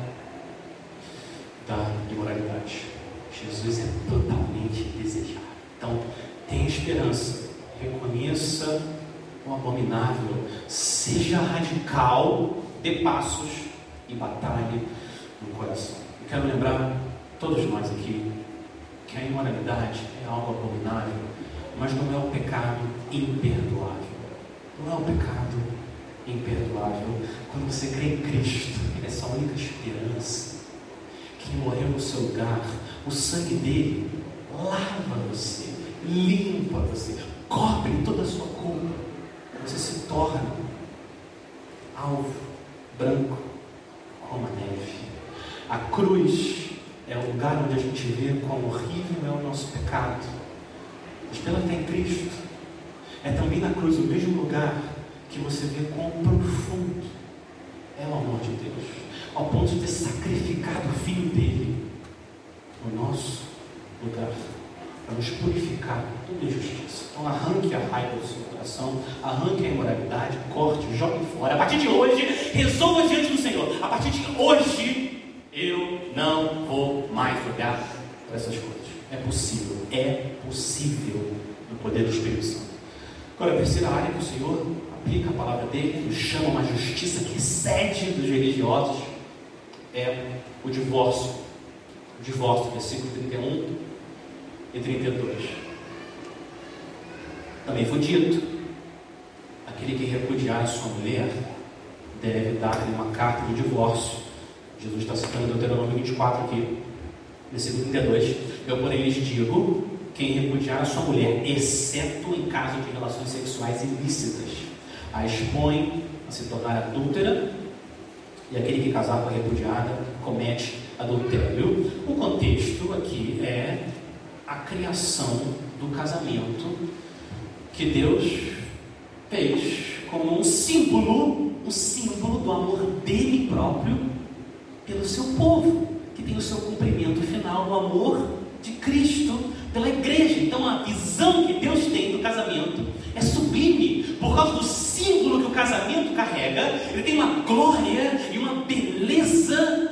da imoralidade. Jesus é totalmente desejável. Então, tenha esperança, reconheça o abominável, seja radical, dê passos e batalhe no coração. Eu quero lembrar todos nós aqui que a imoralidade é algo abominável, mas não é um pecado imperdoável. Não é um pecado imperdoável. Quando você crê em Cristo, Ele é sua única esperança, que Ele morreu no seu lugar, o sangue dele lava você, limpa você, cobre toda a sua culpa, você se torna alvo, branco como a neve. A cruz é o lugar onde a gente vê quão horrível é o nosso pecado, mas pela fé em Cristo, é também na cruz o mesmo lugar que você vê quão profundo é o amor de Deus, ao ponto de ter sacrificado o Filho dele no nosso lugar, para nos purificar de toda injustiça. Então arranque a raiva do seu coração, arranque a imoralidade, corte, jogue fora. A partir de hoje, resolva diante do Senhor: a partir de hoje, eu não vou mais olhar para essas coisas. É possível, é possível no poder do Espírito Santo. Agora, a terceira área que o Senhor aplica a palavra dele, nos chama uma justiça que excede dos religiosos, é o divórcio. O divórcio, versículo trinta e um e trinta e dois. Também foi dito: aquele que repudiar a sua mulher deve dar-lhe uma carta de divórcio. Jesus está citando Deuteronômio vinte e quatro aqui, versículo trinta e dois. Eu, porém, lhes digo: quem repudiar a sua mulher, exceto em caso de relações sexuais ilícitas, a expõe a se tornar adúltera, e aquele que casar com a repudiada comete adultério. O contexto aqui é a criação do casamento que Deus fez como um símbolo, um símbolo do amor dele próprio pelo seu povo, que tem o seu cumprimento final no amor de Cristo pela igreja. Então a visão que Deus tem do casamento é sublime, por causa do símbolo que o casamento carrega. Ele tem uma glória e uma beleza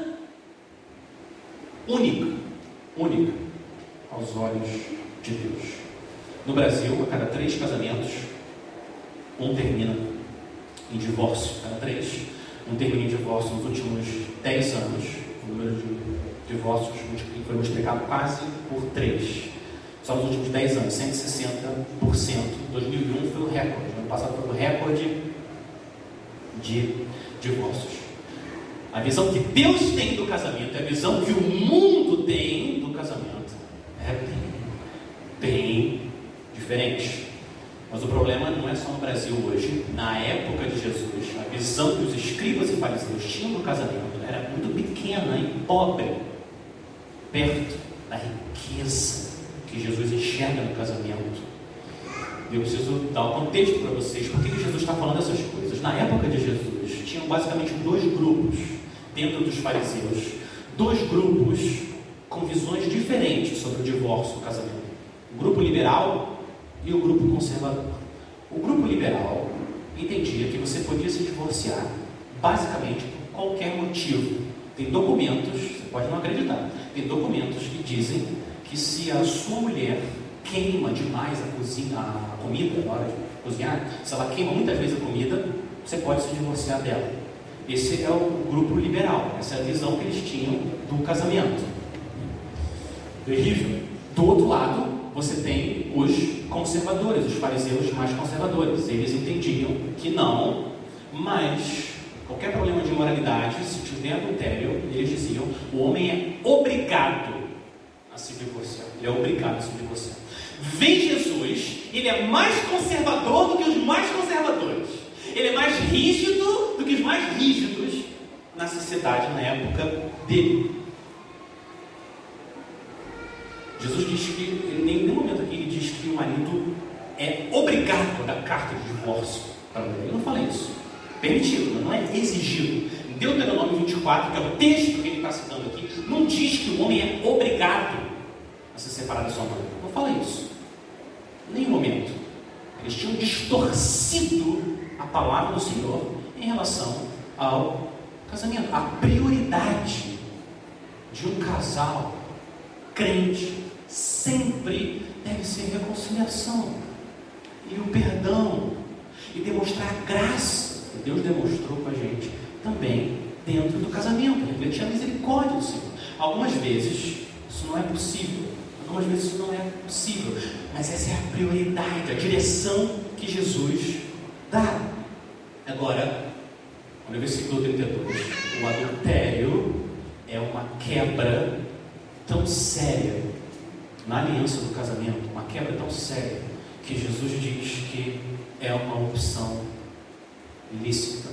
única, única aos olhos de Deus. No Brasil, a cada três casamentos, um termina em divórcio. A cada três, um termina em divórcio. Nos últimos dez anos, o número de divórcios foi multiplicado quase por três. Só nos últimos dez anos, cento e sessenta por cento. dois mil e um foi o recorde. No ano passado foi o recorde de divórcios. A visão que Deus tem do casamento, a visão que o mundo tem do casamento, é bem, bem diferente. Mas o problema não é só no Brasil hoje. Na época de Jesus, a visão que os escribas e fariseus tinham do casamento era muito pequena e pobre, perto da riqueza que Jesus enxerga no casamento. E eu preciso dar um contexto para vocês. Por que Jesus está falando essas coisas? Na época de Jesus, tinham basicamente dois grupos dentro dos fariseus. Dois grupos com visões diferentes sobre o divórcio e o casamento. O grupo liberal e o grupo conservador. O grupo liberal entendia que você podia se divorciar basicamente por qualquer motivo. Tem documentos, você pode não acreditar, tem documentos que dizem que se a sua mulher queima demais a, cozinha, a comida na hora de cozinhar, se ela queima muitas vezes a comida, você pode se divorciar dela. Esse é o grupo liberal, essa é a visão que eles tinham do casamento. Terrível. Do outro lado, você tem os conservadores, os fariseus mais conservadores. Eles entendiam que não, mas qualquer problema de imoralidade, se tiver adultério, eles diziam, o homem é obrigado a se divorciar. Ele é obrigado a se divorciar. Vem Jesus, ele é mais conservador do que os mais conservadores. Ele é mais rígido do que os mais rígidos na sociedade, na época dele. Jesus diz que, em nenhum momento aqui, ele diz que o marido é obrigado a dar carta de divórcio para a mulher. Ele não fala isso. Permitido, não é exigido. Em Deuteronômio vinte e quatro, que é o texto que ele está citando aqui, não diz que o homem é obrigado a se separar da sua mãe. Não fala isso. Em nenhum momento. Eles tinham distorcido a palavra do Senhor em relação ao casamento. A prioridade de um casal crente sempre deve ser a reconciliação e o perdão e demonstrar a graça que Deus demonstrou com a gente também dentro do casamento, refletir a misericórdia do Senhor. Algumas vezes isso não é possível, algumas vezes isso não é possível, mas essa é a prioridade, a direção que Jesus dá. Agora, no versículo trinta e dois, o adultério é uma quebra tão séria na aliança do casamento, uma quebra tão séria, que Jesus diz que é uma opção ilícita.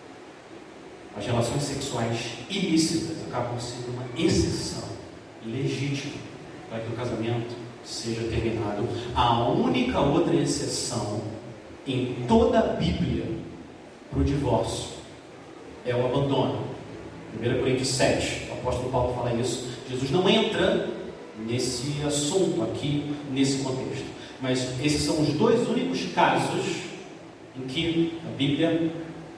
As relações sexuais ilícitas acabam sendo uma exceção legítima para que o casamento seja terminado. A única outra exceção em toda a Bíblia para o divórcio é o abandono. primeira Coríntios sete, o apóstolo Paulo fala isso. Jesus não entra nesse assunto aqui, nesse contexto, mas esses são os dois únicos casos em que a Bíblia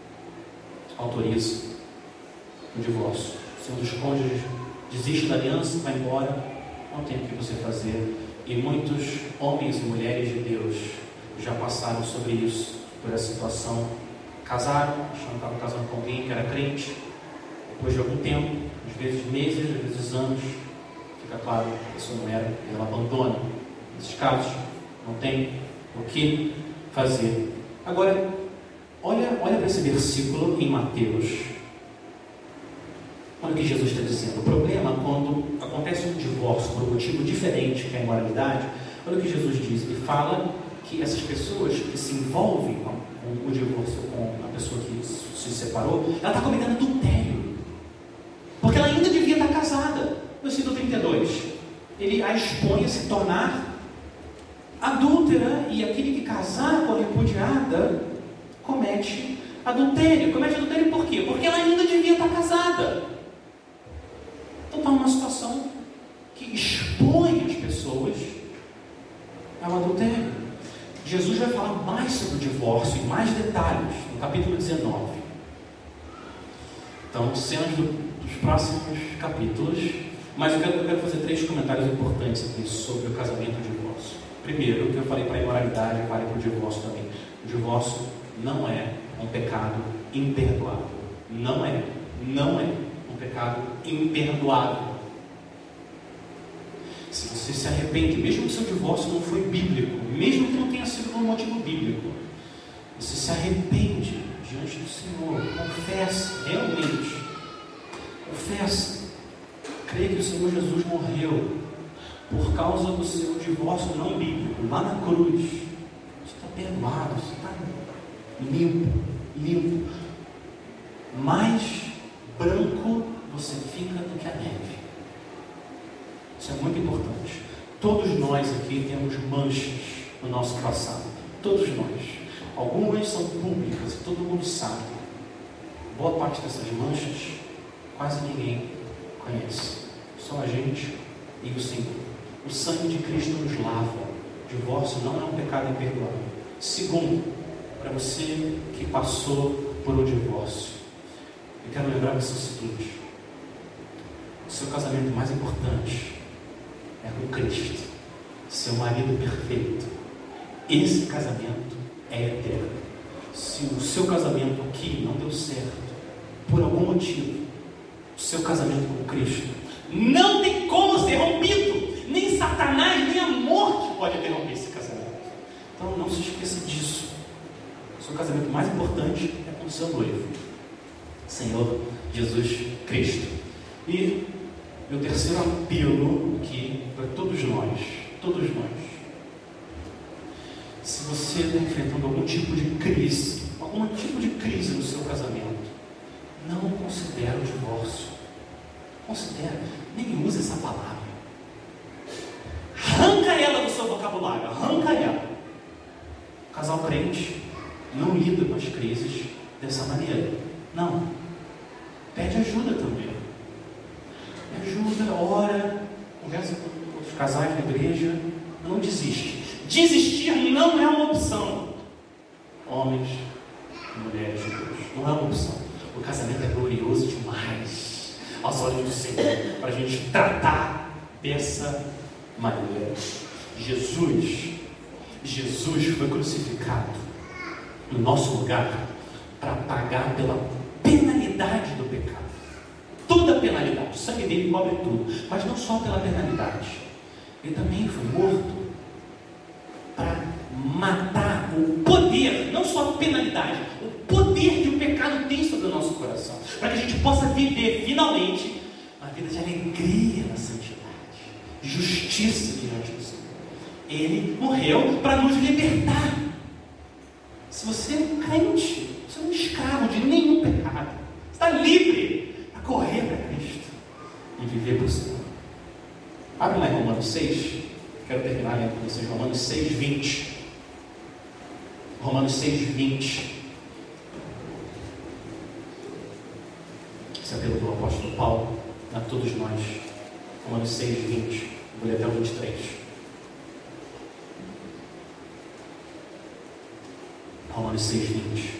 autoriza o divórcio. Se um dos cônjuges desiste da aliança, vai embora, não tem o que você fazer. E muitos homens e mulheres de Deus já passaram sobre isso, por essa situação. Casaram, achando que estavam casando com alguém que era crente. Depois de algum tempo, às vezes meses, às vezes anos, fica claro que isso não era, e ela abandona. Nesses casos, não tem o que fazer. Agora, olha, olha para esse versículo em Mateus. Olha o que Jesus está dizendo. O problema, quando acontece um divórcio por um motivo diferente que a imoralidade, olha o que Jesus diz. Ele fala que essas pessoas que se envolvem com o divórcio, com a pessoa que se separou, ela está cometendo adultério. Porque ela ainda devia estar casada. Versículo trinta e dois. Ele a expõe a se tornar adúltera, e aquele que casar com a repudiada comete adultério. Comete adultério por quê? Porque ela ainda devia estar casada. Então está uma situação que expõe as pessoas ao adultério. Jesus vai falar mais sobre o divórcio, em mais detalhes, no capítulo dezenove. Então, cenas do, dos próximos capítulos. Mas eu quero, eu quero fazer três comentários importantes aqui sobre o casamento e o divórcio. Primeiro, o que eu falei para a imoralidade vale para o divórcio também. O divórcio não é um pecado imperdoável. Não é. Não é um pecado imperdoável. Se você se arrepende, mesmo que o seu divórcio não foi bíblico, mesmo que não tenha sido por um motivo bíblico, você se arrepende diante do Senhor, confessa, realmente, confessa, crê que o Senhor Jesus morreu por causa do seu divórcio não bíblico, lá na cruz. Você está perdoado, você está limpo, limpo. Mais branco você fica do que a neve. Isso é muito importante. Todos nós aqui temos manchas no nosso passado. Todos nós. Algumas são públicas e todo mundo sabe. Boa parte dessas manchas quase ninguém conhece. Só a gente e o Senhor. O sangue de Cristo nos lava. O divórcio não é um pecado imperdoável. Segundo, para você que passou por um divórcio, eu quero lembrar você o seguinte: o seu casamento mais importante é com Cristo, seu marido perfeito. Esse casamento é eterno. Se o seu casamento aqui não deu certo, por algum motivo, o seu casamento com Cristo não tem como ser rompido. Nem Satanás, nem a morte pode interromper esse casamento. Então não se esqueça disso. O seu casamento mais importante é com o seu noivo, Senhor Jesus Cristo. E meu terceiro apelo aqui para todos nós, todos nós. Se você está enfrentando algum tipo de crise, algum tipo de crise no seu casamento, não considere o divórcio. Considere, nem use essa palavra. Arranca ela do seu vocabulário, arranca ela. O casal crente não lida com as crises dessa maneira. Não. Pede ajuda também. Ajuda, ora, conversa com outros casais na igreja. Não desiste. Desistir não é uma opção. Homens e mulheres de Deus, não é uma opção. O casamento é glorioso demais aos olhos do Senhor para a gente tratar dessa maneira. Jesus, Jesus foi crucificado no nosso lugar para pagar pela penalidade do pecado. Toda a penalidade, o sangue dele cobre tudo, mas não só pela penalidade. Ele também foi morto para matar o poder, não só a penalidade, o poder que o pecado tem sobre o nosso coração, para que a gente possa viver finalmente uma vida de alegria na santidade, justiça diante do Senhor. Ele morreu para nos libertar. Se você é um crente, você é um escravo de nenhum pecado, você está livre para correr para Cristo e viver por Senhor. Abre lá em Romanos seis. Quero terminar lendo com vocês Romanos seis, vinte. Romanos seis, vinte. Esse apelo do apóstolo Paulo a todos nós. Romanos seis, vinte. Vou ler até o vinte e três. Romanos seis, vinte.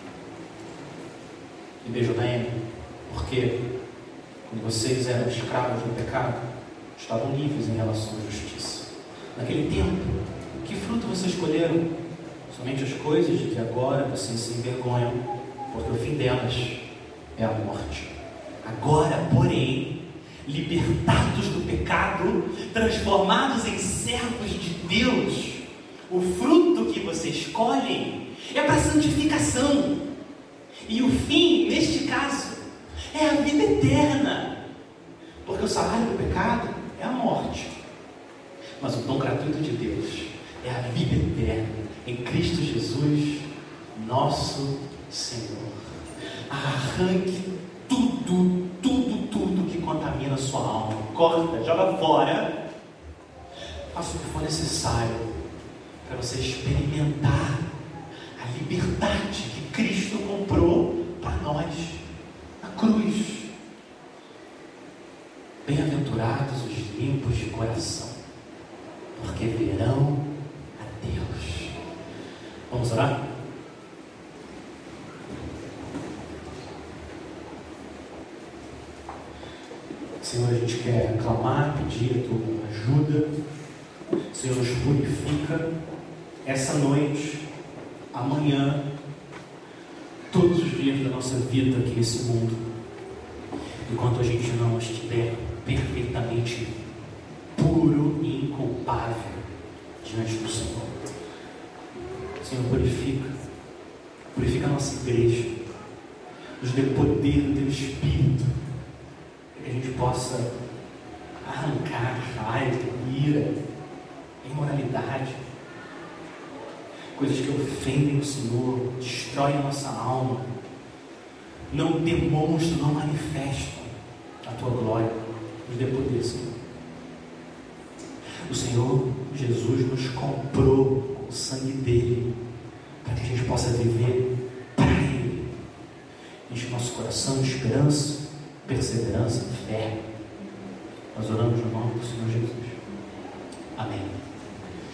E veja bem, porque quando vocês eram escravos do pecado, estavam livres em relação à justiça. Naquele tempo, que fruto vocês escolheram? Somente as coisas de que agora vocês se envergonham, porque o fim delas é a morte. Agora, porém, libertados do pecado, transformados em servos de Deus, o fruto que vocês escolhem é para a santificação. E o fim, neste caso, é a vida eterna. Porque o salário do pecado é a morte. Mas o dom gratuito de Deus é a vida eterna em Cristo Jesus, nosso Senhor. Arranque tudo, tudo, tudo que contamina a sua alma. Corta, joga fora. Faça o que for necessário para você experimentar a liberdade que Cristo comprou para nós na cruz. Bem-aventurados os limpos de coração, porque verão a Deus. Vamos orar? Senhor, a gente quer clamar, pedir a tua ajuda. Senhor, nos purifica essa noite, amanhã, todos os dias da nossa vida aqui nesse mundo, enquanto a gente não estiver perfeitamente puro e inculpável diante do Senhor. Senhor, purifica, purifica a nossa igreja, nos dê poder do teu Espírito, para que a gente possa arrancar raiva, ira, imoralidade, coisas que ofendem o Senhor, destroem a nossa alma, não demonstram, não manifestam a tua glória. Nos dê poder, Senhor. O Senhor Jesus nos comprou com o sangue dele, para que a gente possa viver para ele. Enche nosso coração de esperança, perseverança, fé. Nós oramos no nome do Senhor Jesus. Amém.